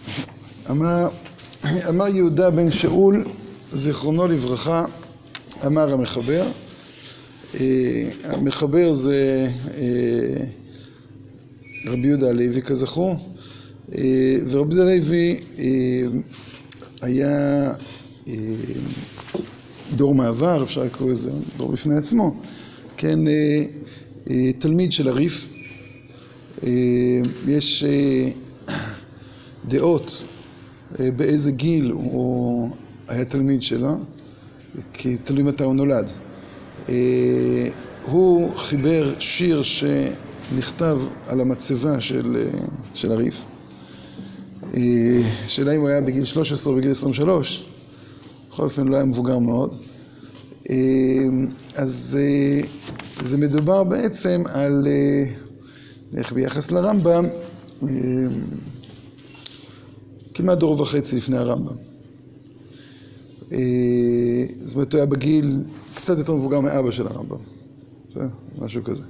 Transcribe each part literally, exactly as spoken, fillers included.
אמר, אמר יהודה בן שאול, זיכרונו לברכה, אמר המחבר. המחבר זה רבי יהודה הלוי כזכור, ורבי יהודה הלוי היה דור מעבר, אפשר לקרוא לזה, דור בפני עצמו, כן, תלמיד של הריף. יש דעות באיזה גיל הוא היה תלמיד שלו, כי תלוי מתי הוא נולד. הוא חיבר שיר שנכתב על המצבה של, של הריף. שאלה אם הוא היה בגיל שלוש עשרה או בגיל עשרים ושלוש, בכל אופן לא היה מבוגר מאוד. אז זה מדובר בעצם על, איך ביחס לרמב"ם, כמעט דור וחצי לפני הרמב"ם. זאת אומרת, הוא היה בגיל קצת יותר מבוגר מאבא של הרמב"ם. זה משהו כזה.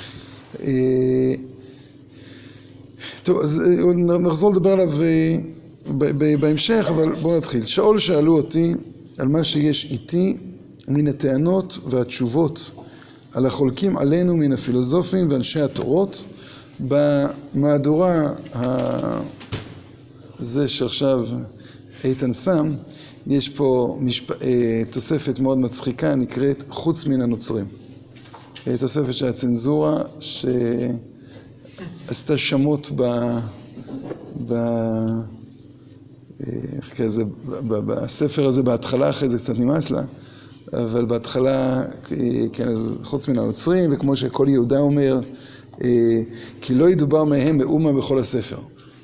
טוב, אז נחזור לדבר עליו בהמשך, אבל בואו נתחיל. שאול שאלו אותי על מה שיש איתי מן הטענות והתשובות על החולקים עלינו מן הפילוסופים ואנשי התורות במהדורה הזה שעכשיו איתן שם. יש פה משפ... תוספת מאוד מצחיקה, נקראת חוץ מן הנוצרים. תוספת של הצנזורה שעשתה שמות ב... ב... איך כזה, בספר הזה בהתחלה, אחרי זה קצת נמאס לה, אבל בהתחלה, כן, אז חוץ מן הנוצרים, וכמו שכל יהודה אומר, כי לא ידובר מהם מאומה בכל הספר.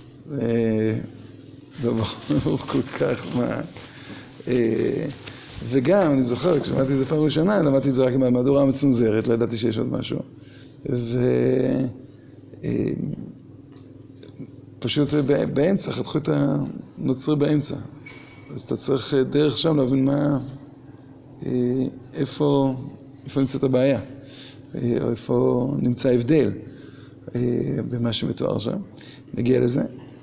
זה ברור כל כך מה... וגם, אני זוכר, כששמעתי את זה פעם ראשונה, למדתי את זה רק מהמהדורה המצונזרת, לא ידעתי שיש עוד משהו. ופשוט באמצע, חתכו את הנוצרי באמצע. אז אתה צריך דרך שם להבין מה, איפה, איפה נמצאת הבעיה, או איפה נמצא ההבדל במה שמתואר שם. נגיע לזה.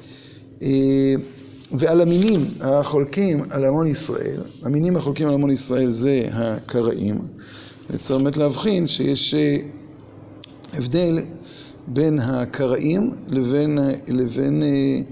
ועל המינים החולקים על המון ישראל, המינים החולקים על המון ישראל זה הקראים. צריך באמת להבחין שיש הבדל בין הקראים לבין, לבין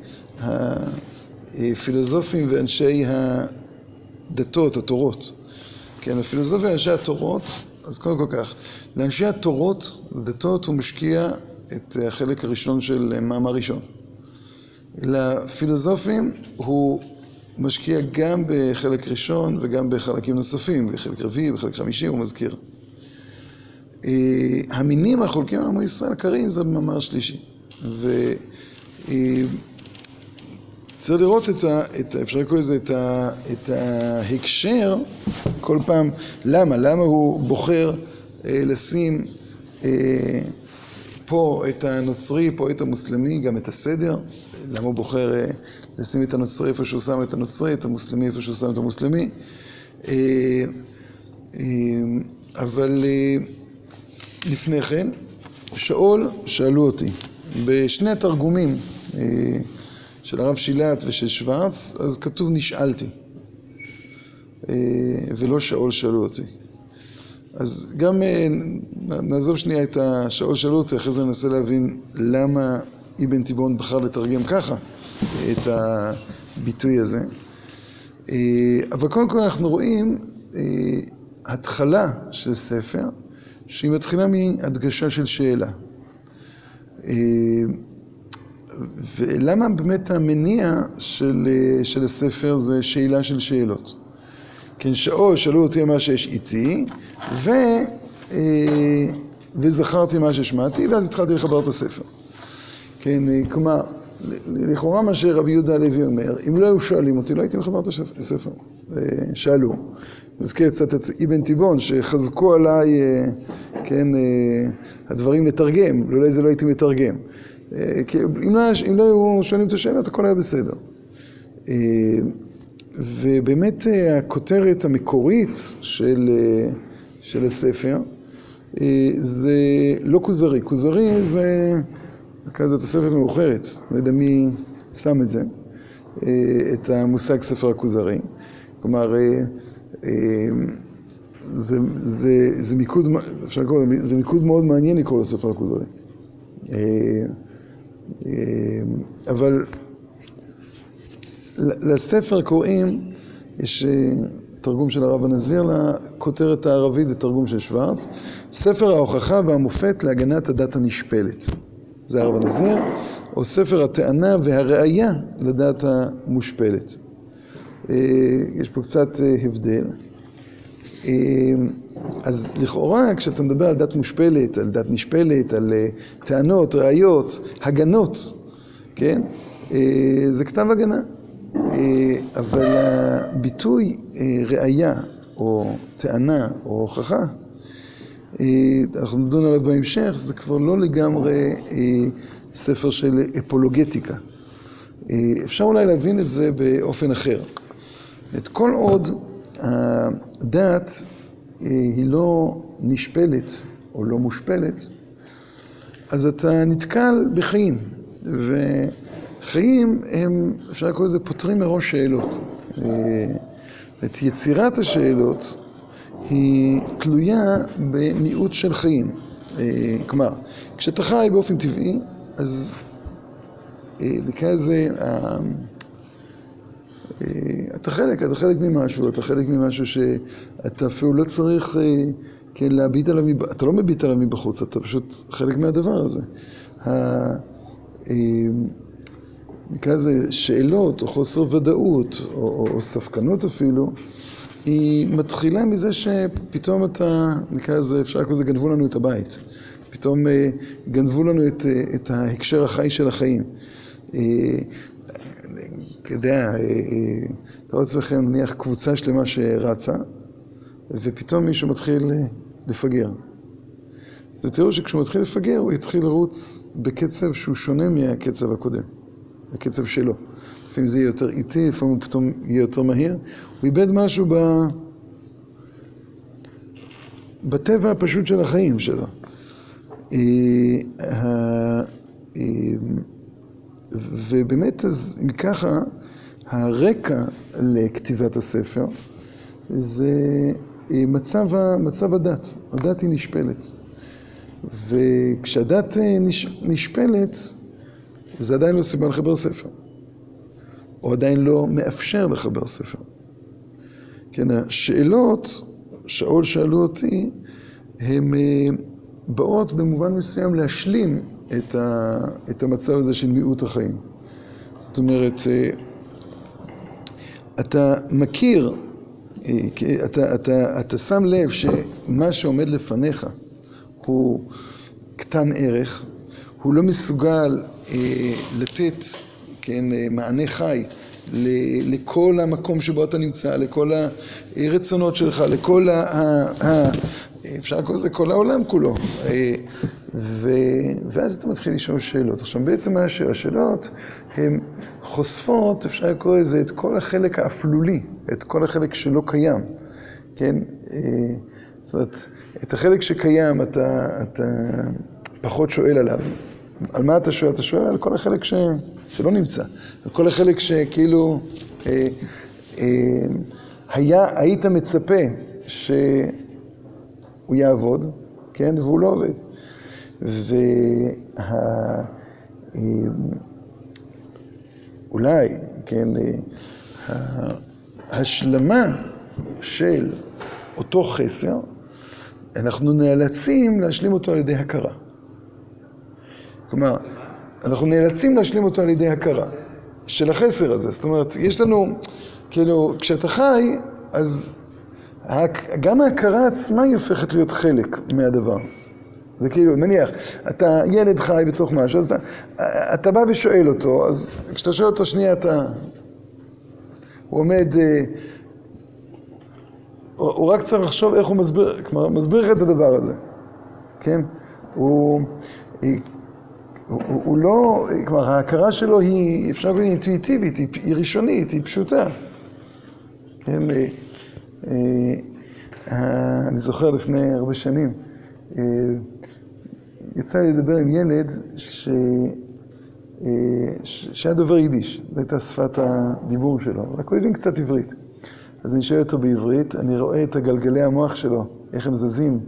הפילוסופים ואנשי הדתות, התורות. כן, הפילוסופיה ואנשי התורות, אז קודם כל כך, לאנשי התורות, הדתות, הוא משקיע את החלק הראשון של מאמר ראשון. לפילוסופים הוא משקיע גם בחלק ראשון וגם בחלקים נוספים, בחלק רביעי, בחלק חמישי, הוא מזכיר. המינים החולקים על עמו ישראל הקראים זה במאמר שלישי. וצריך לראות את ה... את, אפשר לקרוא לזה את, ה, את ההקשר כל פעם. למה? למה הוא בוחר אה, לשים אה, פה את הנוצרי, פה את המוסלמי, גם את הסדר? למה הוא בוחר אה, לשים את הנוצרי איפה שהוא שם את הנוצרי, את המוסלמי איפה שהוא שם את המוסלמי? אה, אה, אבל אה, לפני כן, שאול שאלו אותי, בשני התרגומים אה, של הרב שילת ושל שוורץ, אז כתוב נשאלתי, אה, ולא שאול שאלו אותי. אז גם אה, נעזוב שנייה את השאול שאלו אותי, אחרי זה ננסה להבין למה אבן תיבון בחר לתרגם ככה את הביטוי הזה. אה, אבל קודם כל אנחנו רואים אה, התחלה של ספר, שהיא מתחילה מהדגשה של שאלה. ולמה באמת המניע של, של הספר זה שאלה של שאלות? כן, שאול שאלו אותי מה שיש איתי, ו, וזכרתי מה ששמעתי, ואז התחלתי לחבר את הספר. כן, כלומר, לכאורה מה שרבי יהודה הלוי אומר, אם לא היו שואלים אותי, לא הייתי מחבר את הספר. שאלו. נזכיר קצת את אבן תיבון, שחזקו עליי, כן, הדברים לתרגם, אולי זה לא הייתי מתרגם. אם לא, אם לא היו שואלים את השאלות, הכל היה בסדר. ובאמת הכותרת המקורית של, של הספר, זה לא כוזרי. כוזרי זה, כזה תוספת מאוחרת, לא יודע מי שם את זה. את המושג ספר הכוזרי. כלומר, זה, זה, זה מיקוד, אפשר לקרוא, זה מיקוד מאוד מעניין לקרוא לספר הכוזרי. אבל לספר קוראים, יש תרגום של הרב הנזיר לכותרת הערבית, זה תרגום של שוורץ, ספר ההוכחה והמופת להגנת הדת הנשפלת. זה הרב הנזיר, או ספר הטענה והראיה לדת המושפלת. יש פה קצת הבדל. אז לכאורה, כשאתה מדבר על דת מושפלת, על דת נשפלת, על טענות, ראיות, הגנות, כן? זה כתב הגנה. אבל הביטוי ראיה או טענה או הוכחה, אנחנו נדון עליו בהמשך, זה כבר לא לגמרי ספר של אפולוגטיקה. אפשר אולי להבין את זה באופן אחר. את כל עוד הדת היא לא נשפלת או לא מושפלת, אז אתה נתקל בחיים, וחיים הם, אפשר לקרוא לזה, פותרים מראש שאלות. את יצירת השאלות היא תלויה במיעוט של חיים. כלומר, כשאתה חי באופן טבעי, אז נקרא לזה, אתה חלק, אתה חלק ממשהו, אתה חלק ממשהו שאתה אפילו לא צריך, כן, להביט עליו, אתה לא מביט עליו מבחוץ, אתה פשוט חלק מהדבר הזה. נקרא לזה, שאלות או חוסר ודאות, או, או, או ספקנות אפילו, היא מתחילה מזה שפתאום אתה, נקרא לזה, אפשר לקרוא לזה, גנבו לנו את הבית. פתאום גנבו לנו את, את ההקשר החי של החיים. כדאי, תראו עצמכם, נניח קבוצה שלמה שרצה, ופתאום מישהו מתחיל לפגר. אז תראו שכשהוא מתחיל לפגר, הוא יתחיל לרוץ בקצב שהוא שונה מהקצב הקודם, הקצב שלו. לפעמים זה יהיה יותר איטי, לפעמים הוא פתאום יהיה יותר מהיר. הוא איבד משהו ב... בטבע הפשוט של החיים שלו. ובאמת, אז אם ככה, הרקע לכתיבת הספר זה מצב, מצב הדת. הדת היא נשפלת. וכשהדת נש, נשפלת, זה עדיין לא סיבה לחבר ספר. או עדיין לא מאפשר לחבר ספר. כן, השאלות, שאול שאלו אותי, הן באות במובן מסוים להשלים את, ה, את המצב הזה של מיעוט החיים. זאת אומרת, אתה מכיר, אתה, אתה, אתה שם לב שמה שעומד לפניך הוא קטן ערך, הוא לא מסוגל אה, לתת, כן, מענה חי לכל המקום שבו אתה נמצא, לכל הרצונות שלך, לכל ה... ה אפשר לקרוא לזה כל העולם כולו. ו... ואז אתה מתחיל לשאול שאלות. עכשיו, בעצם השאלות הן חושפות, אפשר לקרוא לזה, את כל החלק האפלולי, את כל החלק שלא קיים. כן? זאת אומרת, את החלק שקיים אתה, אתה פחות שואל עליו. על מה אתה שואל? אתה שואל על כל החלק ש... שלא נמצא. על כל החלק שכאילו אה, אה, היה, היית מצפה שהוא יעבוד, כן? והוא לא עובד. וה... אה, אולי, כן, אה, ההשלמה של אותו חסר, אנחנו נאלצים להשלים אותו על ידי הכרה. כלומר, אנחנו נאלצים להשלים אותו על ידי הכרה של החסר הזה. זאת אומרת, יש לנו, כאילו, כשאתה חי, אז גם ההכרה עצמה היא הופכת להיות חלק מהדבר. זה כאילו, נניח, אתה ילד חי בתוך משהו, אז אתה, אתה בא ושואל אותו, אז כשאתה שואל אותו שנייה, אתה, הוא עומד, הוא, הוא רק צריך לחשוב איך הוא מסביר, כלומר, מסביר לך את הדבר הזה, כן? הוא, היא, הוא, הוא, הוא לא, כלומר, ההכרה שלו היא, אפשר להגיד, אינטואיטיבית, היא, היא ראשונית, היא פשוטה. כן? אה, אה, אני זוכר לפני הרבה שנים, אה, יצא לי לדבר עם ילד שהיה דובר יידיש, זו הייתה שפת הדיבור שלו, רק הוא הבין קצת עברית. אז אני שואל אותו בעברית, אני רואה את הגלגלי המוח שלו, איך הם זזים,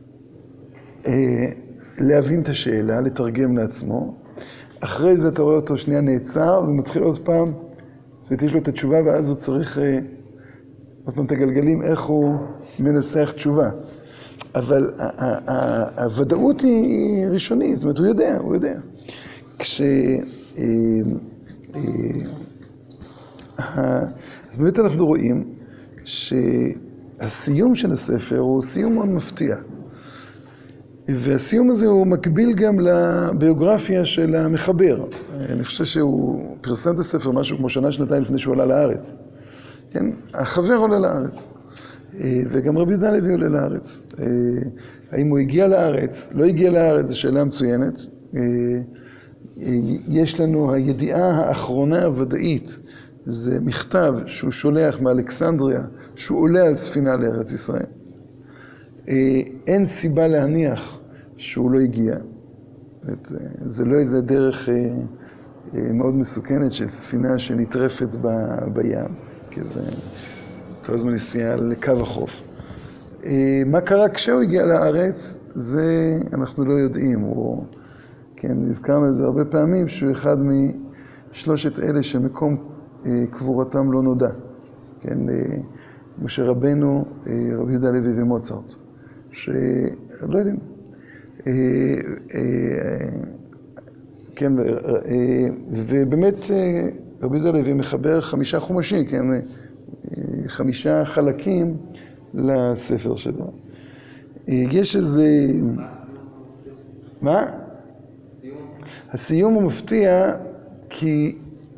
להבין את השאלה, לתרגם לעצמו. אחרי זה אתה רואה אותו שנייה נעצר, ומתחיל עוד פעם, ויש לו את התשובה, ואז הוא צריך עוד פעם את הגלגלים, איך הוא מנסח תשובה. אבל הוודאות היא ראשונית, זאת אומרת, הוא יודע, הוא יודע. כש... אז באמת אנחנו רואים שהסיום של הספר הוא סיום מאוד מפתיע. והסיום הזה הוא מקביל גם לביוגרפיה של המחבר. אני חושב שהוא פרסם את הספר משהו כמו שנה, שנתיים לפני שהוא עלה לארץ. כן? החבר עולה לארץ. וגם רבי יהודה הלוי עולה לארץ. האם הוא הגיע לארץ? לא הגיע לארץ, זו שאלה מצוינת. יש לנו הידיעה האחרונה הוודאית, זה מכתב שהוא שולח מאלכסנדריה, שהוא עולה על ספינה לארץ ישראל. אין סיבה להניח שהוא לא הגיע. זה לא איזה דרך מאוד מסוכנת של ספינה שנטרפת בים, כי זה כל הזמן נסיעה לקו החוף. מה קרה כשהוא הגיע לארץ, זה אנחנו לא יודעים. הוא, כן, נזכרנו את זה הרבה פעמים, שהוא אחד משלושת אלה שמקום קבורתם לא נודע. כן, משה רבנו, רבי יהודה הלוי ומוצרט. שלא יודעים. כן, ובאמת רבי יהודה הלוי מחבר חמישה חומשים, כן, חמישה חלקים לספר שלו. יש איזה... מה? הסיום הוא מפתיע כי...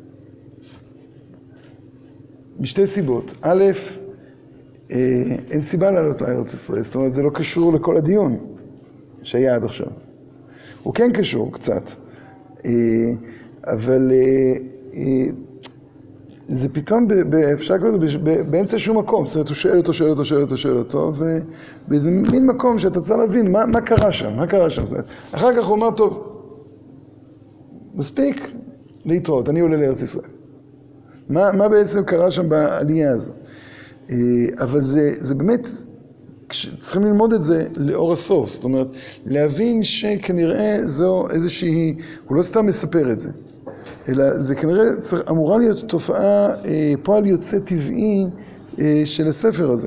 משתי סיבות. א', אין סיבה לעלות לארץ ישראל, זאת אומרת, זה לא קשור לכל הדיון שהיה עד עכשיו. הוא כן קשור קצת, אבל זה פתאום, אפשר לקרוא לזה, באמצע שום מקום. זאת אומרת, הוא שואל אותו, שואל אותו, שואל אותו, שואל אותו, ובאיזה מין מקום שאתה צריך להבין מה, מה קרה שם, מה קרה שם. זאת אומרת, אחר כך הוא אומר, טוב, מספיק להתראות, אני עולה לארץ ישראל. מה, מה בעצם קרה שם בעלייה הזו? אבל זה, זה באמת, צריכים ללמוד את זה לאור הסוף. זאת אומרת, להבין שכנראה זו איזושהי, הוא לא סתם מספר את זה, אלא זה כנראה אמורה להיות תופעה, פועל יוצא טבעי של הספר הזה.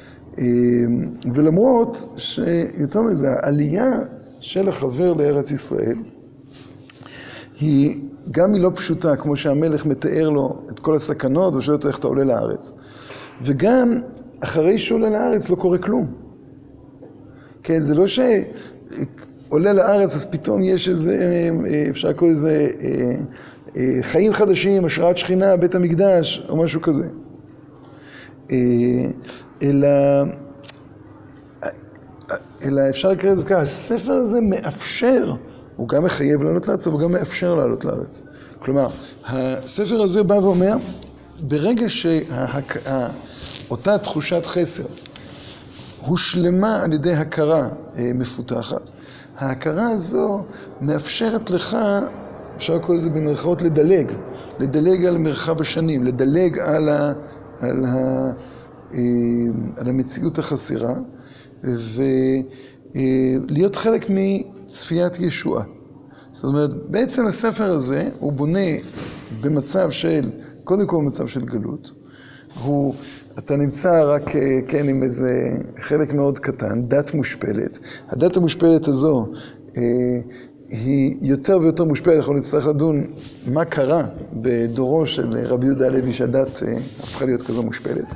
ולמרות שיותר מזה, העלייה של החבר לארץ ישראל, היא גם היא לא פשוטה, כמו שהמלך מתאר לו את כל הסכנות, ושואל אותו איך אתה עולה לארץ. וגם אחרי שהוא עולה לארץ לא קורה כלום. כן, זה לא שעולה לארץ, אז פתאום יש איזה, אפשר לקרוא איזה חיים חדשים, השראת שכינה, בית המקדש, או משהו כזה. אלא, אלא אפשר לקרוא את זה ככה, הספר הזה מאפשר, הוא גם מחייב לעלות לארץ, אבל הוא גם מאפשר לעלות לארץ. כלומר, הספר הזה בא ואומר, ברגע שאותה תחושת חסר הושלמה על ידי הכרה מפותחת, ההכרה הזו מאפשרת לך, אפשר לקרוא לזה במרכאות, לדלג, לדלג על מרחב השנים, לדלג על, ה, על, ה, על המציאות החסרה, ולהיות חלק מצפיית ישועה. זאת אומרת, בעצם הספר הזה הוא בונה במצב של, קודם כל במצב של גלות. הוא, אתה נמצא רק, כן, עם איזה חלק מאוד קטן, דת מושפלת. הדת המושפלת הזו אה, היא יותר ויותר מושפלת, אנחנו נצטרך לדון מה קרה בדורו של רבי יהודה הלוי, שהדת אה, הפכה להיות כזו מושפלת.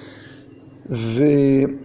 ורבי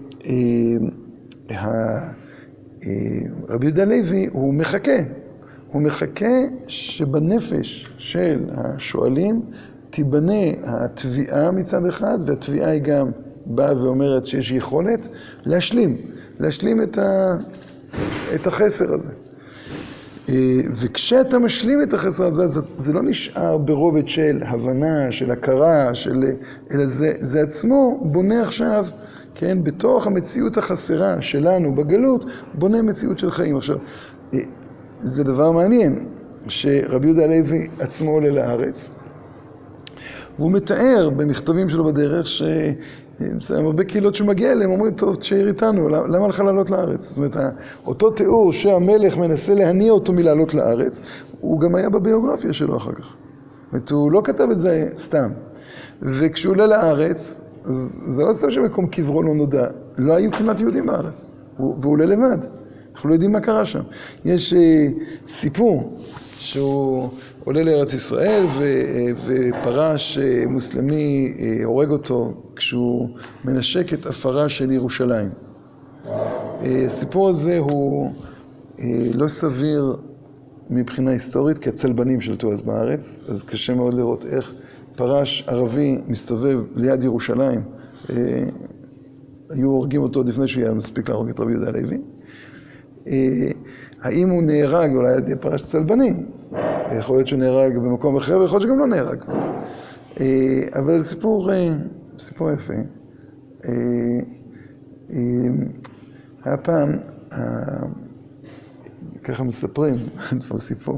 אה, יהודה הלוי הוא מחכה. הוא מחכה שבנפש של השואלים תיבנה התביעה מצד אחד, והתביעה היא גם באה ואומרת שיש יכולת להשלים, להשלים את, ה, את החסר הזה. וכשאתה משלים את החסר הזה, זה, זה לא נשאר ברובד של הבנה, של הכרה, של, אלא זה, זה עצמו בונה עכשיו, כן, בתוך המציאות החסרה שלנו בגלות, בונה מציאות של חיים. עכשיו, זה דבר מעניין. שרבי יהודה הלוי עצמו עולה לארץ, והוא מתאר במכתבים שלו בדרך שהרבה קהילות שמגיע אליהם אומרים, טוב, תשאיר איתנו, למה לך לעלות לארץ? זאת אומרת, אותו תיאור שהמלך מנסה להניע אותו מלעלות לארץ, הוא גם היה בביוגרפיה שלו אחר כך. זאת אומרת, הוא לא כתב את זה סתם. וכשהוא עולה לארץ, זה לא סתם שמקום קברו לא נודע, לא היו כמעט יהודים בארץ, והוא עולה לבד. אנחנו לא יודעים מה קרה שם. יש סיפור שהוא עולה לארץ ישראל ופרש מוסלמי הורג אותו כשהוא מנשק את אפרה של ירושלים. הסיפור הזה הוא לא סביר מבחינה היסטורית, כי הצלבנים שלטו אז בארץ, אז קשה מאוד לראות איך פרש ערבי מסתובב ליד ירושלים. היו הורגים אותו לפני שהוא היה מספיק להרוג את רבי יהודה הלוי. האם הוא נהרג אולי על ידי פרש צלבני? יכול להיות שהוא נהרג במקום אחר, ויכול להיות שגם לא נהרג. אבל זה סיפור, סיפור יפה. היה פעם, ככה מספרים, כבר סיפור,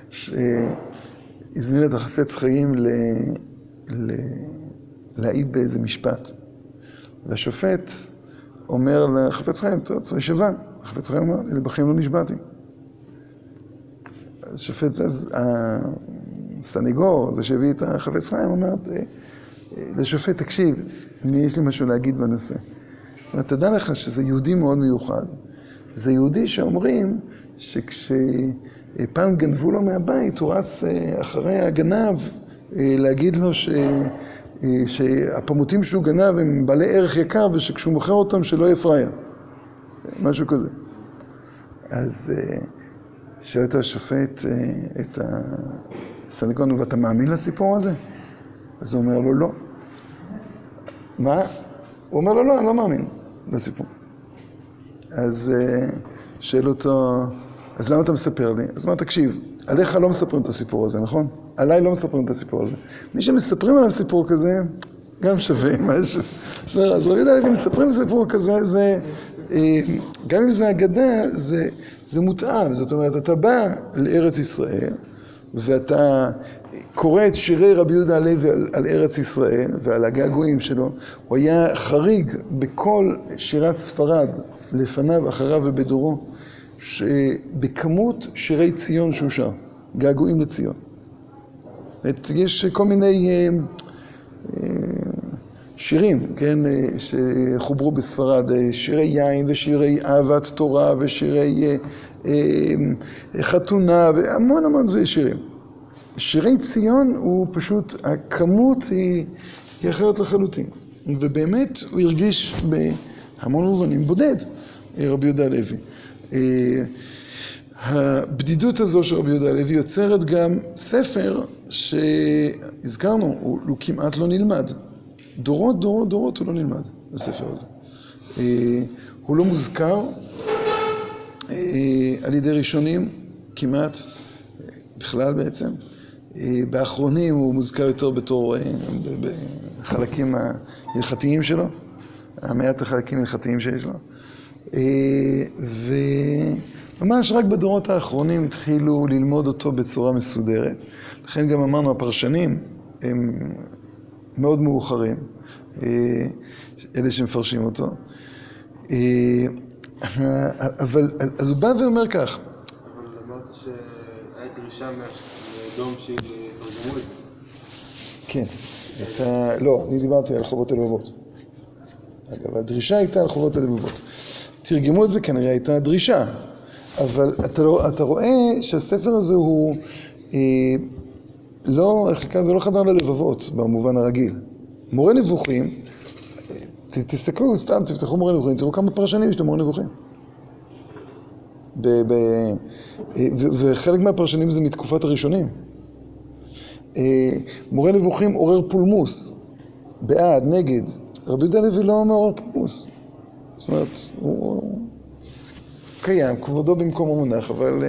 שהזמין את החפץ חיים ל... ל... להעיד באיזה משפט. והשופט אומר לחפץ חיים, טוב, צריך שווה. החפץ חיים אומר, אלה בחיים לא נשבעתי. השופט, אז הסניגור, זה שהביא את החפץ חיים, אומר, לשופט, תקשיב, יש לי משהו להגיד בנושא. תדע לך שזה יהודי מאוד מיוחד. זה יהודי שאומרים שכשפעם גנבו לו מהבית, הוא רץ אחרי הגנב להגיד לו ש... שהפמותים שהוא גנב הם בעלי ערך יקר, ושכשהוא מוכר אותם שלא יהיה פראייר. משהו כזה. אז שואל אותו השופט את הסניגור, ואתה מאמין לסיפור הזה? אז הוא אומר לו, לא. מה? הוא אומר לו, לא, אני לא מאמין לסיפור. אז שואל אותו, אז למה אתה מספר לי? אז מה, תקשיב, עליך לא מספרים את הסיפור הזה, נכון? עליי לא מספרים את הסיפור הזה. מי שמספרים עליו סיפור כזה, גם שווה משהו. אז רבי יהודה הלוי מספרים סיפור כזה, זה, גם אם זה אגדה, זה, זה מותאם. זאת אומרת, אתה בא לארץ ישראל, ואתה קורא את שירי רבי יהודה הלוי על, על ארץ ישראל, ועל הגעגועים שלו. הוא היה חריג בכל שירת ספרד, לפניו, אחריו ובדורו, שבכמות שירי ציון שהוא שר, געגועים לציון. יש כל מיני שירים, כן, שחוברו בספרד, שירי יין ושירי אהבת תורה ושירי חתונה והמון המון שירים. שירי ציון הוא פשוט, הכמות היא, היא אחרת לחלוטין. ובאמת הוא הרגיש בהמון מובנים בודד, רבי יהודה הלוי. הבדידות הזו של רבי יהודה הלוי יוצרת גם ספר שהזכרנו, הוא, הוא כמעט לא נלמד. דורות, דורות, דורות הוא לא נלמד, הספר הזה. הוא לא מוזכר על ידי ראשונים, כמעט, בכלל בעצם. באחרונים הוא מוזכר יותר בתור בחלקים ההלכתיים שלו, המעט החלקים ההלכתיים שיש לו. וממש רק בדורות האחרונים התחילו ללמוד אותו בצורה מסודרת. לכן גם אמרנו, הפרשנים הם מאוד מאוחרים, אלה שמפרשים אותו. אבל, אז הוא בא ואומר כך. אבל אמרת שהיה דרישה מהדום שיתרגמו את זה. כן, אתה, לא, אני דיברתי על חובות הלבבות. אגב, הדרישה הייתה על חובות הלבבות. תרגמו את זה, כנראה הייתה דרישה. אבל אתה, אתה רואה שהספר הזה הוא אה, לא, איך לקרוא, זה לא חדר ללבבות במובן הרגיל. מורה נבוכים, ת, תסתכלו, סתם, תפתחו מורה נבוכים, תראו כמה פרשנים יש למורה נבוכים. ב, ב, ו, וחלק מהפרשנים זה מתקופת הראשונים. מורה נבוכים עורר פולמוס, בעד, נגד. רבי יהודה הלוי לא מעורר פולמוס. זאת אומרת, הוא קיים, כבודו במקום המונח, אבל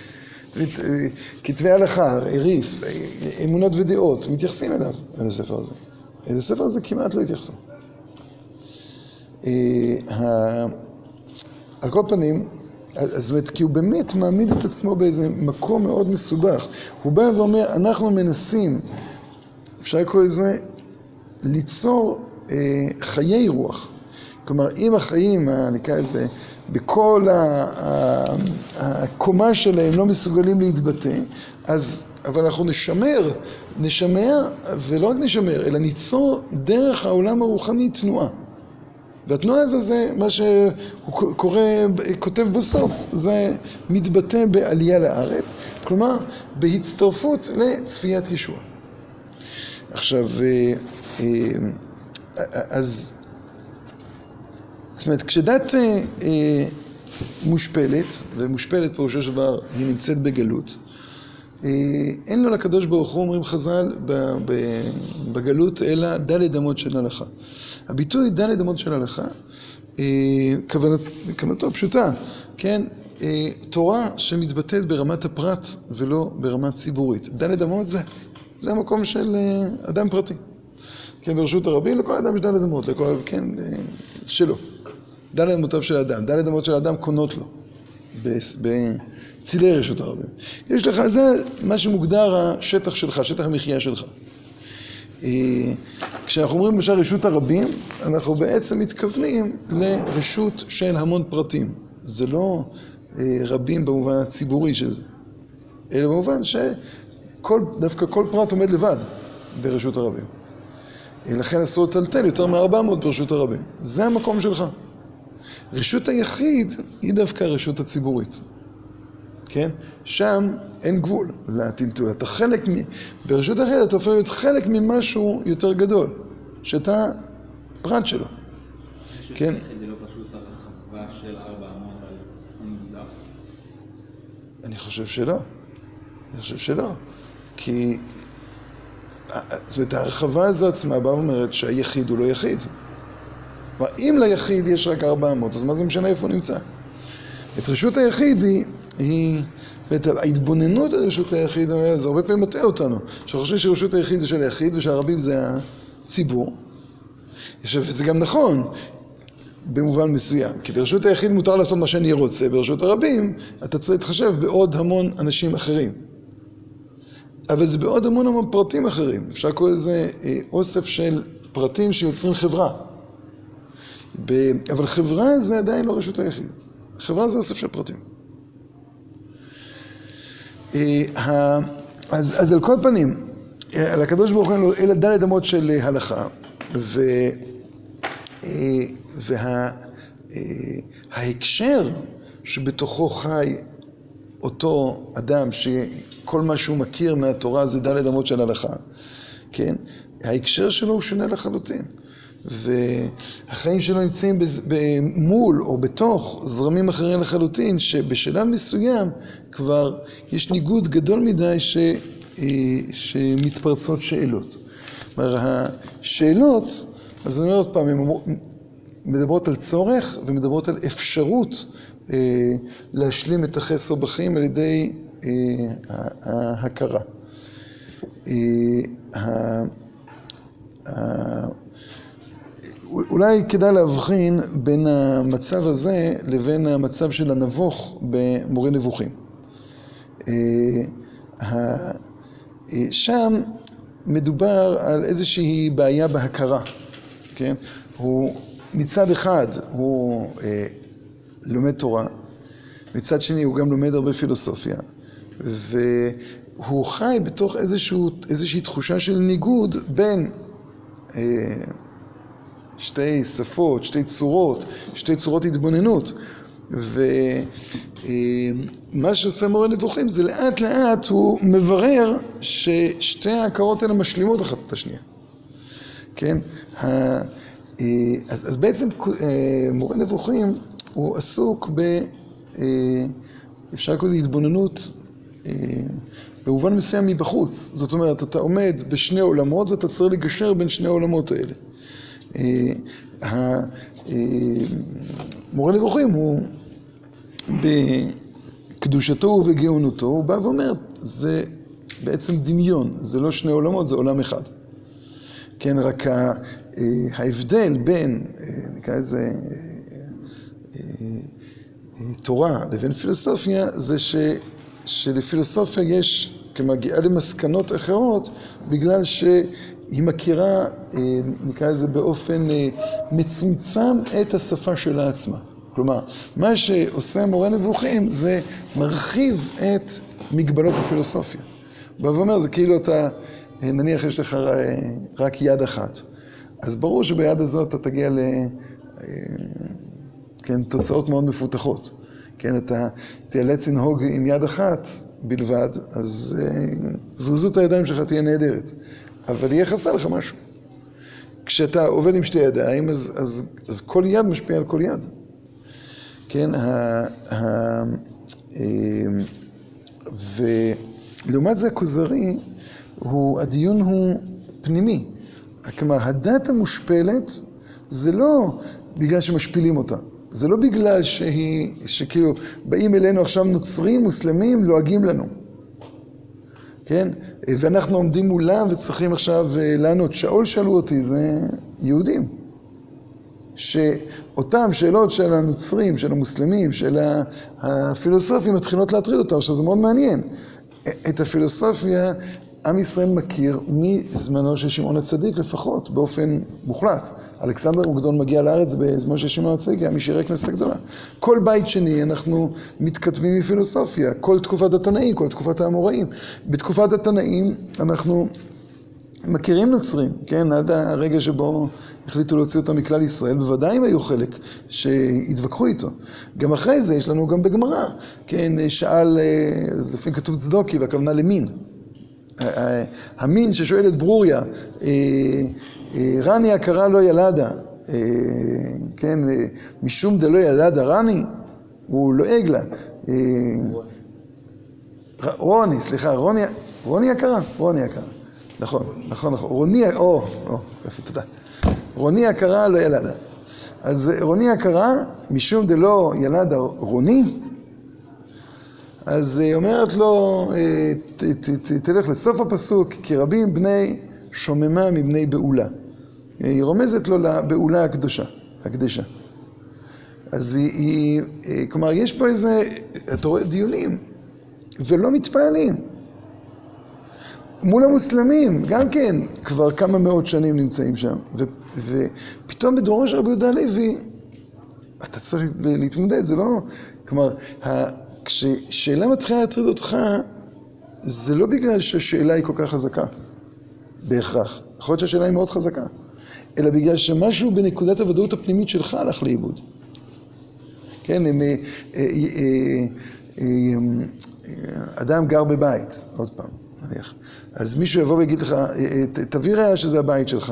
כתבי הלכה, ריף, אמונות ודעות, מתייחסים אליו, אל הספר הזה. אל הספר הזה כמעט לא התייחסו. על כל פנים, אז זאת אומרת, כי הוא באמת מעמיד את עצמו באיזה מקום מאוד מסובך. הוא בא ואומר, אנחנו מנסים, אפשר לקרוא לזה, ליצור אה, חיי רוח. כלומר, אם החיים, נקרא לזה, בכל הקומה שלהם לא מסוגלים להתבטא, אז, אבל אנחנו נשמר, נשמר, ולא רק נשמר, אלא ניצור דרך העולם הרוחני תנועה. והתנועה הזו זה מה שהוא קורא, כותב בסוף, זה מתבטא בעלייה לארץ, כלומר, בהצטרפות לצפיית ישוע. עכשיו, אז, זאת אומרת, כשדת מושפלת, ומושפלת פירושו של דבר היא נמצאת בגלות, אין לו לקדוש ברוך הוא, אומרים חז"ל, בגלות, אלא דלת אמות של הלכה. הביטוי דלת אמות של הלכה, כוונתו פשוטה, כן? תורה שמתבטאת ברמת הפרט ולא ברמת ציבורית. דלת אמות זה, זה המקום של אדם פרטי. כן, ברשות הרבים, לכל אדם יש דלת אמות, לכל, כן, שלו. דלת אמותיו של האדם, דלת אמות של האדם קונות לו. בצילי רשות הרבים. יש לך, זה מה שמוגדר השטח שלך, שטח המחיה שלך. כשאנחנו אומרים למשל רשות הרבים, אנחנו בעצם מתכוונים לרשות של המון פרטים. זה לא רבים במובן הציבורי של זה, אלא במובן שדווקא כל פרט עומד לבד ברשות הרבים. לכן אסור לטלטל יותר מ-ארבע מאות ברשות הרבים. זה המקום שלך. רשות היחיד היא דווקא הרשות הציבורית. כן? שם אין גבול לטלטול. אתה חלק מ... ברשות היחיד אתה הופך להיות חלק ממשהו יותר גדול, שאתה פרט שלו. כן? רשות היחיד היא לא פשוט הרחבה של ארבע מאות על המגדל? אני חושב שלא. אני חושב שלא. כי... זאת אומרת, ההרחבה הזו עצמה באה ואומרת שהיחיד הוא לא יחיד. אם ליחיד יש רק ארבע מאות, אז מה זה משנה איפה הוא נמצא? את רשות היחיד היא, היא ההתבוננות על רשות היחיד, זה הרבה פעמים מטעה אותנו. שאנחנו חושבים שרשות היחיד זה של היחיד ושהרבים זה הציבור. וזה גם נכון, במובן מסוים. כי ברשות היחיד מותר לעשות מה שאני רוצה, ברשות הרבים אתה צריך להתחשב בעוד המון אנשים אחרים. אבל זה בעוד המון המון פרטים אחרים. אפשר לקרוא לזה אוסף של פרטים שיוצרים חברה. ב... אבל חברה זה עדיין לא רשות היחיד. חברה זה אוסף של פרטים. אז, אז על כל פנים, על הקדוש ברוך הוא אלה דלת אמות של הלכה, ו... וההקשר שבתוכו חי אותו אדם שכל מה שהוא מכיר מהתורה זה דלת אמות של הלכה, כן? ההקשר שלו הוא שונה לחלוטין. והחיים שלו נמצאים במול או בתוך זרמים אחרים לחלוטין, שבשלב מסוים כבר יש ניגוד גדול מדי ש... שמתפרצות שאלות. זאת אומרת, השאלות, אז אני אומר עוד פעם, הן מדברות על צורך ומדברות על אפשרות להשלים את החסר בחיים על ידי ההכרה. אולי כדאי להבחין בין המצב הזה לבין המצב של הנבוך במורה נבוכים. שם מדובר על איזושהי בעיה בהכרה, כן? הוא מצד אחד הוא לומד תורה, מצד שני הוא גם לומד הרבה פילוסופיה, והוא חי בתוך איזשהו, איזושהי תחושה של ניגוד בין שתי שפות, שתי צורות, שתי צורות התבוננות. ומה שעושה מורה נבוכים זה לאט לאט הוא מברר ששתי ההכרות האלה משלימות אחת את השנייה. כן? אז, אז בעצם מורה נבוכים הוא עסוק ב... אפשר לקרוא לזה התבוננות במובן מסוים מבחוץ. זאת אומרת, אתה עומד בשני עולמות ואתה צריך לגשר בין שני העולמות האלה. מורה נבוכים הוא בקדושתו ובגאונותו, הוא בא ואומר, זה בעצם דמיון, זה לא שני עולמות, זה עולם אחד. כן, רק ההבדל בין, נקרא לזה, תורה לבין פילוסופיה זה ש, שלפילוסופיה יש כמגיעה למסקנות אחרות בגלל שהיא מכירה, נקרא לזה באופן מצומצם, את השפה שלה עצמה. כלומר, מה שעושה מורה נבוכים זה מרחיב את מגבלות הפילוסופיה. ואומר, זה כאילו אתה, נניח יש לך רק יד אחת, אז ברור שביד הזאת אתה תגיע ל... כן, תוצאות מאוד מפותחות. כן, אתה תיאלץ לנהוג עם יד אחת בלבד, אז זריזות הידיים שלך תהיה נהדרת. אבל יהיה חסר לך משהו. כשאתה עובד עם שתי ידיים, אז, אז, אז כל יד משפיע על כל יד. כן, ה, ה, ולעומת זה הכוזרי, הוא, הדיון הוא פנימי. כלומר, הדת המושפלת זה לא בגלל שמשפילים אותה. זה לא בגלל שהיא, שכאילו באים אלינו עכשיו נוצרים, מוסלמים, לועגים לנו. כן? ואנחנו עומדים מולם וצריכים עכשיו לענות. שאול שאלו אותי, זה יהודים. שאותם שאלות של הנוצרים, של המוסלמים, של הפילוסופים מתחילות להטריד אותם, שזה מאוד מעניין. את הפילוסופיה עם ישראל מכיר מזמנו של שמעון הצדיק לפחות, באופן מוחלט. אלכסנדר המוקדון מגיע לארץ בזמן של שמעון הצדיק, היה משירי הכנסת הגדולה. כל בית שני אנחנו מתכתבים מפילוסופיה, כל תקופת התנאים, כל תקופת האמוראים. בתקופת התנאים אנחנו מכירים נוצרים, כן? עד הרגע שבו החליטו להוציא אותם מכלל ישראל, בוודאי הם היו חלק שהתווכחו איתו. גם אחרי זה יש לנו גם בגמרא, כן? שאל, אז לפעמים כתוב צדוקי, והכוונה למין. המין ששואל את ברוריה, רני הקרא לא ילדה, כן? משום דלא ילדה רני, הוא לועג לה. רוני, סליחה, רוני, רוני הקרא, רוני הקרא. נכון, נכון, נכון. רוני, או, או, יפה, תודה. רוני הקרא לא ילדה. אז רוני הקרא, משום דלא ילדה רוני, אז היא אומרת לו, ת, ת, ת, תלך לסוף הפסוק, כי רבים בני שוממה מבני בעולה. היא רומזת לו לבעולה הקדושה, הקדשה. אז היא, היא, כלומר, יש פה איזה, אתה רואה, דיונים, ולא מתפעלים. מול המוסלמים, גם כן, כבר כמה מאות שנים נמצאים שם. ו, ופתאום בדורו של רבי יהודה הלוי, אתה צריך להתמודד, זה לא... כלומר, כששאלה מתחילה להטריד אותך, זה לא בגלל שהשאלה היא כל כך חזקה, בהכרח. יכול להיות שהשאלה היא מאוד חזקה. אלא בגלל שמשהו בנקודת הוודאות הפנימית שלך הלך לאיבוד. כן, הם... אדם גר בבית, עוד פעם, נניח. אז מישהו יבוא ויגיד לך, תביא ראיה שזה הבית שלך.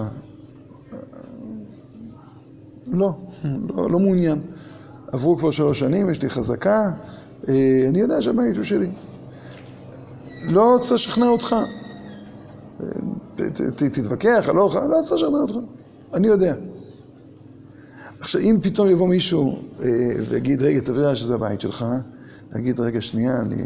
לא, לא, לא מעוניין. עברו כבר שלוש שנים, יש לי חזקה, אני יודע שהבית הוא שלי. לא רוצה לשכנע אותך. תתווכח, לא, לא רוצה לשכנע אותך. אני יודע. עכשיו, אם פתאום יבוא מישהו ויגיד, רגע, תביא ראיה שזה הבית שלך, אגיד, רגע, שנייה, אני...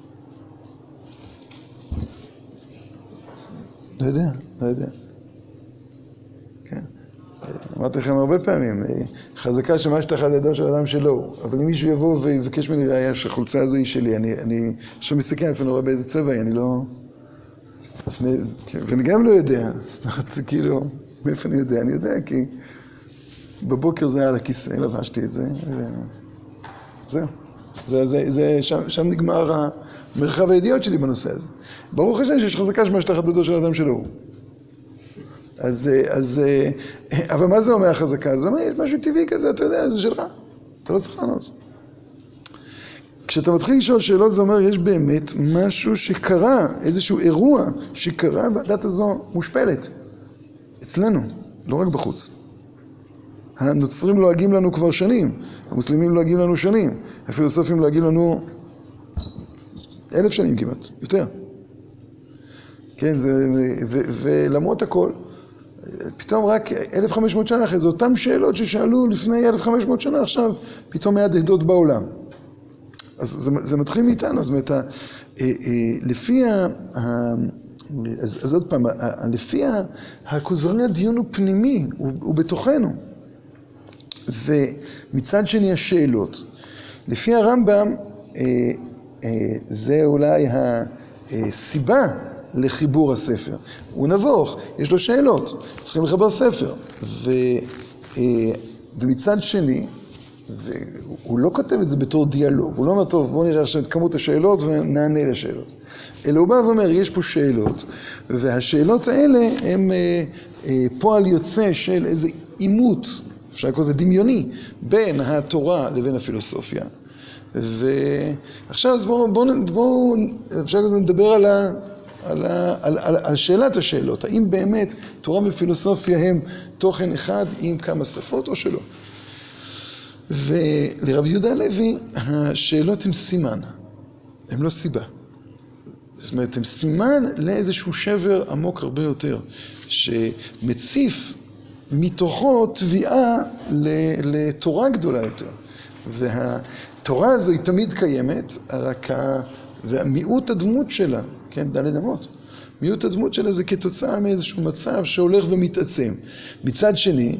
לא יודע, לא יודע. כן. אמרתי לכם הרבה פעמים, חזקה שמה שאתה אחד לידו של אדם שלו, אבל אם מישהו יבוא ויבקש ממני ראיה שהחולצה הזו היא שלי, אני, אני עכשיו מסתכל, אפילו רואה באיזה צבע היא, אני לא... לפני, כן, ואני גם לא יודע, זאת אומרת, כאילו, מאיפה אני יודע? אני יודע כי בבוקר זה היה על הכיסא, לבשתי את זה, וזהו. זה, זה, זה, שם, שם נגמר המרחב הידיעות שלי בנושא הזה. ברוך השם שיש חזקה שמה שאתה חדדו של אדם שלו. אז, אז, אבל מה זה אומר החזקה? זה אומר, יש משהו טבעי כזה, אתה יודע, זה שלך. אתה לא צריך לענות. כשאתה מתחיל לשאול שאלות, זה אומר, יש באמת משהו שקרה, איזשהו אירוע שקרה, והדת הזו מושפלת. אצלנו, לא רק בחוץ. הנוצרים לועגים לנו כבר שנים, המוסלמים לועגים לנו שנים, הפילוסופים לועגים לנו אלף שנים כמעט, יותר. כן, זה, ו, ולמרות הכל, פתאום רק אלף וחמש מאות שנה אחרי זה, אותם שאלות ששאלו לפני אלף וחמש מאות שנה, עכשיו פתאום היה דהדות בעולם. אז זה, זה מתחיל מאיתנו, זאת אומרת, לפי ה... אז, אז עוד פעם, לפי הכוזרי הדיון הוא פנימי, הוא, הוא בתוכנו. ומצד שני השאלות, לפי הרמב"ם, זה אולי הסיבה לחיבור הספר. הוא נבוך, יש לו שאלות, צריכים לחבר ספר. ו, ומצד שני, והוא לא כותב את זה בתור דיאלוג, הוא לא אומר, טוב, בואו נראה עכשיו את כמות השאלות ונענה לשאלות. אלא הוא בא ואומר, יש פה שאלות, והשאלות האלה הם פועל יוצא של איזה עימות, אפשר לקרוא לזה דמיוני, בין התורה לבין הפילוסופיה. ועכשיו אז בואו, בואו, בואו, אפשר לדבר על, ה, על, ה, על, על, על שאלת השאלות. האם באמת תורה ופילוסופיה הם תוכן אחד עם כמה שפות או שלא? ולרב יהודה הלוי, השאלות הן סימן, הן לא סיבה. זאת אומרת, הן סימן לאיזשהו שבר עמוק הרבה יותר, שמציף מתוכו תביעה לתורה גדולה יותר. והתורה הזו היא תמיד קיימת, רק והמיעוט הדמות שלה, כן, ד' אמות, מיעוט הדמות שלה זה כתוצאה מאיזשהו מצב שהולך ומתעצם. מצד שני,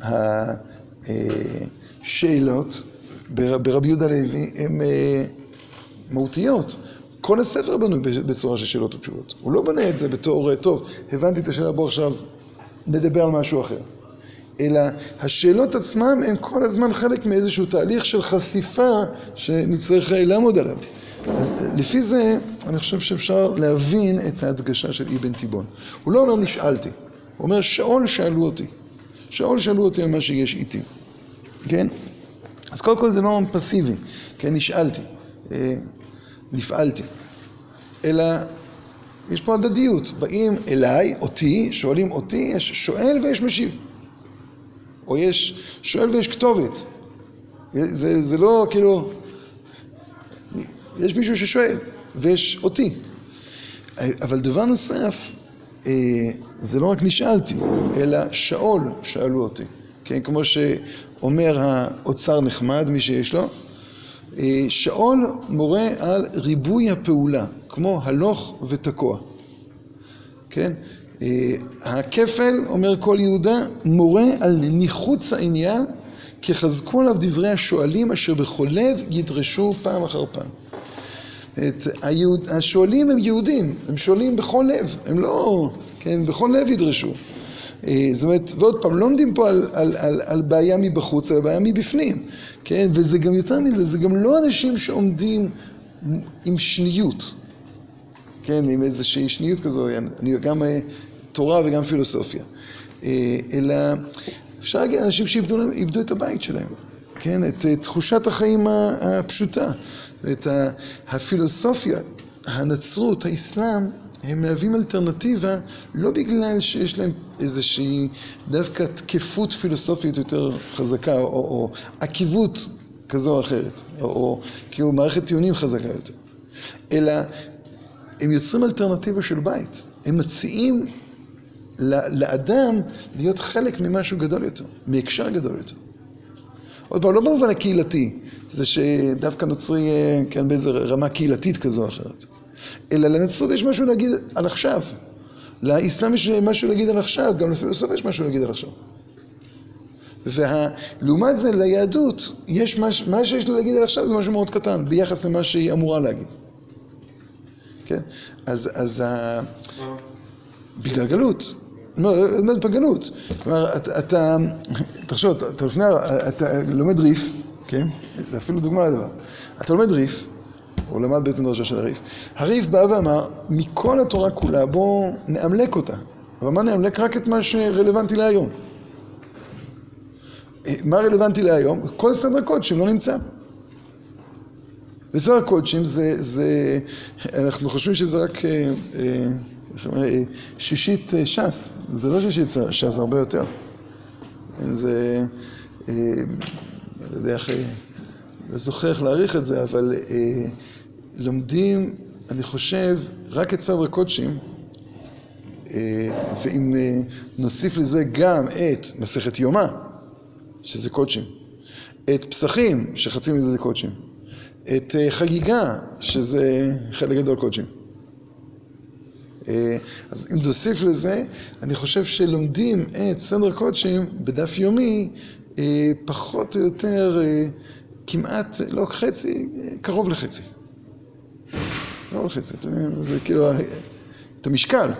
השאלות ברבי יהודה הלוי הן מהותיות. כל הספר בנוי בצורה של שאלות ותשובות. הוא לא בנה את זה בתור, טוב, הבנתי את השאלה, בוא עכשיו נדבר על משהו אחר. אלא השאלות עצמם הן כל הזמן חלק מאיזשהו תהליך של חשיפה שנצטרך לעמוד עליו. אז לפי זה אני חושב שאפשר להבין את ההדגשה של אבן תיבון. הוא לא אומר נשאלתי, הוא אומר שאול שאלו אותי. שאול שאלו אותי על מה שיש איתי. כן? אז קודם כל זה לא פסיבי, כן? נשאלתי, נפעלתי. אלא יש פה הדדיות, באים אליי, אותי, שואלים אותי, יש שואל ויש משיב. או יש שואל ויש כתובת. זה, זה לא כאילו, יש מישהו ששואל ויש אותי. אבל דבר נוסף, זה לא רק נשאלתי, אלא שאול שאלו אותי. כן? כמו שאומר האוצר נחמד, מי שיש לו, שאול מורה על ריבוי הפעולה, כמו הלוך ותקוע. כן? הכפל, אומר כל יהודה, מורה על ניחוץ העניין, כחזקו עליו דברי השואלים אשר בכל לב ידרשו פעם אחר פעם. את היהוד, השואלים הם יהודים, הם שואלים בכל לב, הם לא, כן, בכל לב ידרשו. זאת אומרת, ועוד פעם, לא עומדים פה על, על, על, על בעיה מבחוץ, אלא בעיה מבפנים. כן? וזה גם יותר מזה, זה גם לא אנשים שעומדים עם שניות. כן, עם איזושהי שניות כזו, אני גם תורה וגם פילוסופיה. אלא אפשר להגיד, אנשים שאיבדו את הבית שלהם, כן, את תחושת החיים הפשוטה, את הפילוסופיה, הנצרות, האסלאם, הם מהווים אלטרנטיבה, לא בגלל שיש להם איזושהי דווקא תקפות פילוסופית יותר חזקה, או, או עקיבות כזו או אחרת, או, או כאילו מערכת טיעונים חזקה יותר, אלא הם יוצרים אלטרנטיבה של בית. הם מציעים לאדם להיות חלק ממשהו גדול יותר, מהקשר גדול יותר. עוד פעם, לא במובן הקהילתי, זה שדווקא נוצרי כאן באיזו רמה קהילתית כזו או אחרת. אלא לנצרות יש משהו להגיד על עכשיו. לאסלאם יש משהו להגיד על עכשיו, גם לפילוסופיה יש משהו להגיד על עכשיו. ולעומת זה, ליהדות, יש מש, מה שיש לה להגיד על עכשיו זה משהו מאוד קטן, ביחס למה שהיא אמורה להגיד. כן? אז, אז ה... בגלל גלות. לא, לא בגלות. כלומר, אתה, אתה, תחשוב, אתה לפני, אתה לומד ריף, כן? זה אפילו דוגמה לדבר. אתה לומד ריף, הוא למד בית מדרשה של הריף. הריף בא ואמר, מכל התורה כולה, בוא נאמלק אותה. אבל מה נאמלק? רק את מה שרלוונטי להיום. מה רלוונטי להיום? כל סדר קודשים לא נמצא. וסדר קודשים זה, זה, אנחנו חושבים שזה רק שישית ש"ס. זה לא שישית ש"ס, הרבה יותר. זה, אני לא יודע איך, לא זוכר איך להעריך את זה, אבל לומדים, אני חושב, רק את סדר קודשים, ואם נוסיף לזה גם את מסכת יומא, שזה קודשים, את פסחים, שחצי מזה זה קודשים, את חגיגה, שזה חלק גדול קודשים. אז אם נוסיף לזה, אני חושב שלומדים את סדר קודשים בדף יומי, פחות או יותר כמעט, לא חצי, קרוב לחצי. קרוב לחצי, אתם יודעים, זה כאילו, את המשקל.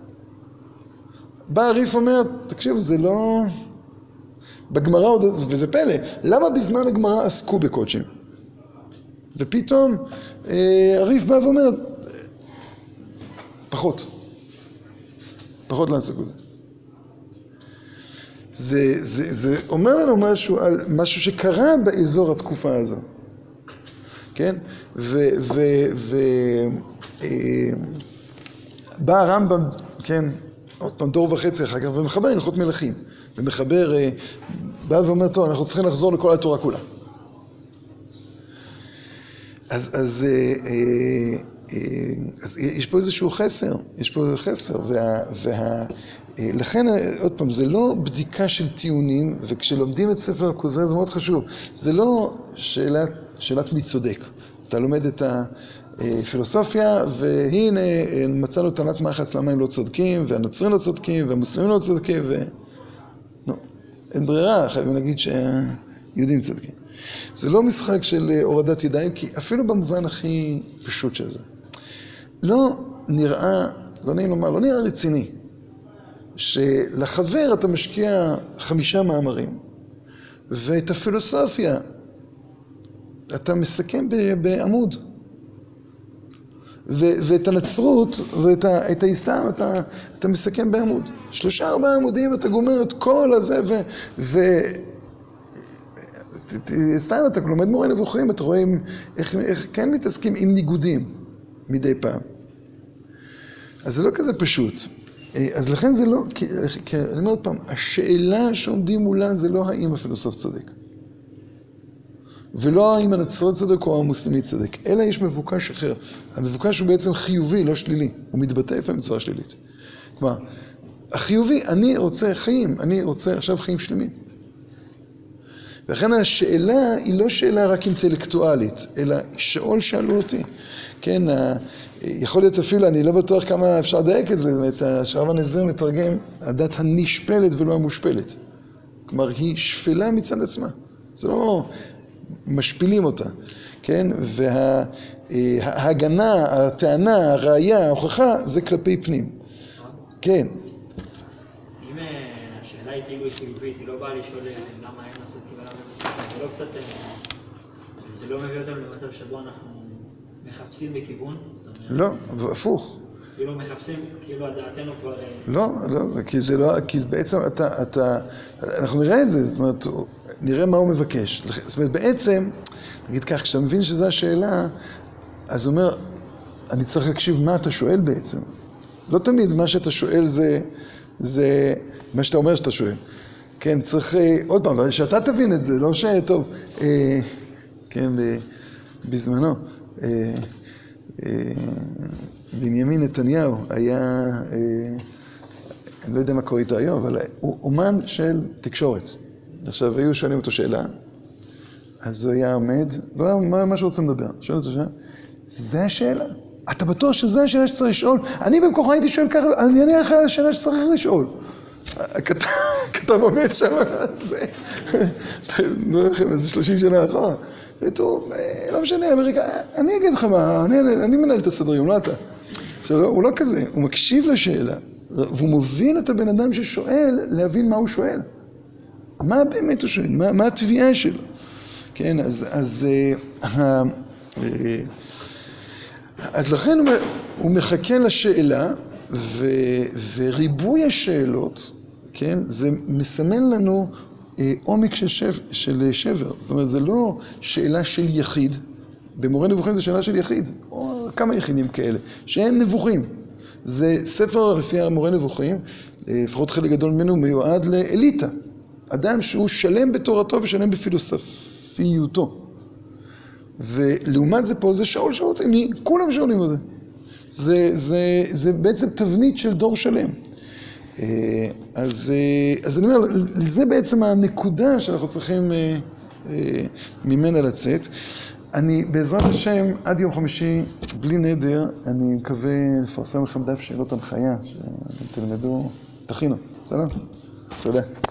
בא הריף אומר, תקשיב, זה לא... בגמרא עוד, וזה פלא, למה בזמן הגמרא עסקו בקודשים? ופתאום הריף בא ואומר, פחות. פחות לא עסקו בזה. זה, זה, זה אומר לנו משהו על משהו שקרה באזור התקופה הזו. כן? ו... ו... ו... בא הרמב"ם, כן, עוד פעם דור וחצי אחר כך, ומחבר הלכות מלכים. ומחבר, בא ואומר, טוב, אנחנו צריכים לחזור לכל התורה כולה. אז, אז, אז יש פה איזשהו חסר, יש פה חסר, וה, וה, לכן, עוד פעם, זה לא בדיקה של טיעונים, וכשלומדים את ספר הכוזרי זה מאוד חשוב, זה לא שאלת, שאלת מי צודק. אתה לומד את הפילוסופיה, והנה מצאנו טענת מחץ למה הם לא צודקים, והנוצרים לא צודקים, והמוסלמים לא צודקים, ו... לא, אין ברירה, חייבים להגיד שהיהודים צודקים. זה לא משחק של הורדת ידיים, כי אפילו במובן הכי פשוט של זה. לא נראה, לא נעים לומר, לא נראה רציני, שלחבר אתה משקיע חמישה מאמרים, ואת הפילוסופיה אתה מסכם בעמוד, ו- ואת הנצרות ואת ה- את האסלאם אתה, אתה מסכם בעמוד. שלושה ארבעה עמודים אתה גומר את כל הזה, ו... ו- סתם אתה לומד מורה נבוכים, אתה רואה איך, איך כן מתעסקים עם ניגודים מדי פעם. אז זה לא כזה פשוט. אז לכן זה לא, כי, כי אני אומר עוד פעם, השאלה שעומדים מולה זה לא האם הפילוסוף צודק. ולא האם הנצרות צודק או המוסלמי צודק. אלא יש מבוקש אחר. המבוקש הוא בעצם חיובי, לא שלילי. הוא מתבטא איפה בצורה שלילית. כלומר, החיובי, אני רוצה חיים, אני רוצה עכשיו חיים שלמים. ולכן השאלה היא לא שאלה רק אינטלקטואלית, אלא שאול שאלו אותי. כן, יכול להיות אפילו, אני לא בטוח כמה אפשר לדייק את זה, זאת אומרת, השרב הנזיר מתרגם, הדת הנשפלת ולא המושפלת. כלומר, היא שפלה מצד עצמה. זה לא משפילים אותה, כן? וההגנה, הטענה, הראייה, ההוכחה, זה כלפי פנים. כן. אם השאלה היא כאילו חיובית, היא לא באה לשאול למה אין צודקים ולמה זה לא קצת, זה לא מביא אותנו למצב שבו אנחנו מחפשים בכיוון? לא, הפוך. כאילו מחפשים, כאילו הדעתנו כבר... לא, לא, כי זה לא, כי בעצם אתה, אתה, אנחנו נראה את זה, זאת אומרת, נראה מה הוא מבקש. זאת אומרת, בעצם, נגיד כך, כשאתה מבין שזו השאלה, אז הוא אומר, אני צריך להקשיב מה אתה שואל בעצם. לא תמיד מה שאתה שואל זה, זה מה שאתה אומר שאתה שואל. כן, צריך, עוד פעם, שאתה תבין את זה, לא שטוב, אה, כן, אה, בזמנו, אה, אה, בנימין נתניהו היה, אה, אני לא יודע מה קורה איתו היום, אבל הוא אומן של תקשורת. עכשיו, היו שואלים אותו שאלה, אז הוא היה עומד, לא היה מה, מה שהוא רוצה לדבר, שואל אותו שאלה, זה השאלה? אתה בטוח שזה השאלה שצריך לשאול? אני במקומך הייתי שואל ככה, אני אענה אחרי השאלה שצריך לשאול. כתב עומד שם, זה, לא יודע לכם, איזה שלושים שנה אחורה. ותראו, לא משנה, אמריקה, אני אגיד לך מה, אני, אני מנהל את הסדר יום, לא אתה. עכשיו, הוא לא כזה, הוא מקשיב לשאלה, והוא מוביל את הבן אדם ששואל להבין מה הוא שואל. מה באמת הוא שואל? מה, מה התביעה שלו? כן, אז, אז, אה, אה, אז לכן הוא, הוא מחכה לשאלה, ו, וריבוי השאלות, כן, זה מסמל לנו אה, עומק של, שב, של שבר. זאת אומרת, זה לא שאלה של יחיד, במורה נבוכים זה שאלה של יחיד, או כמה יחידים כאלה, שהם נבוכים. זה ספר לפי המורה נבוכים, לפחות חלק גדול ממנו מיועד לאליטה. אדם שהוא שלם בתורתו ושלם בפילוסופיותו. ולעומת זה פה זה שאול שאול, כולם שואלים בזה. זה, זה, זה בעצם תבנית של דור שלם. אז, אז אני אומר, זה בעצם הנקודה שאנחנו צריכים ממנה לצאת. אני בעזרת השם עד יום חמישי בלי נדר, אני מקווה לפרסם לכם דף שאלות הנחיה, שתלמדו, תכינו, בסדר? תודה.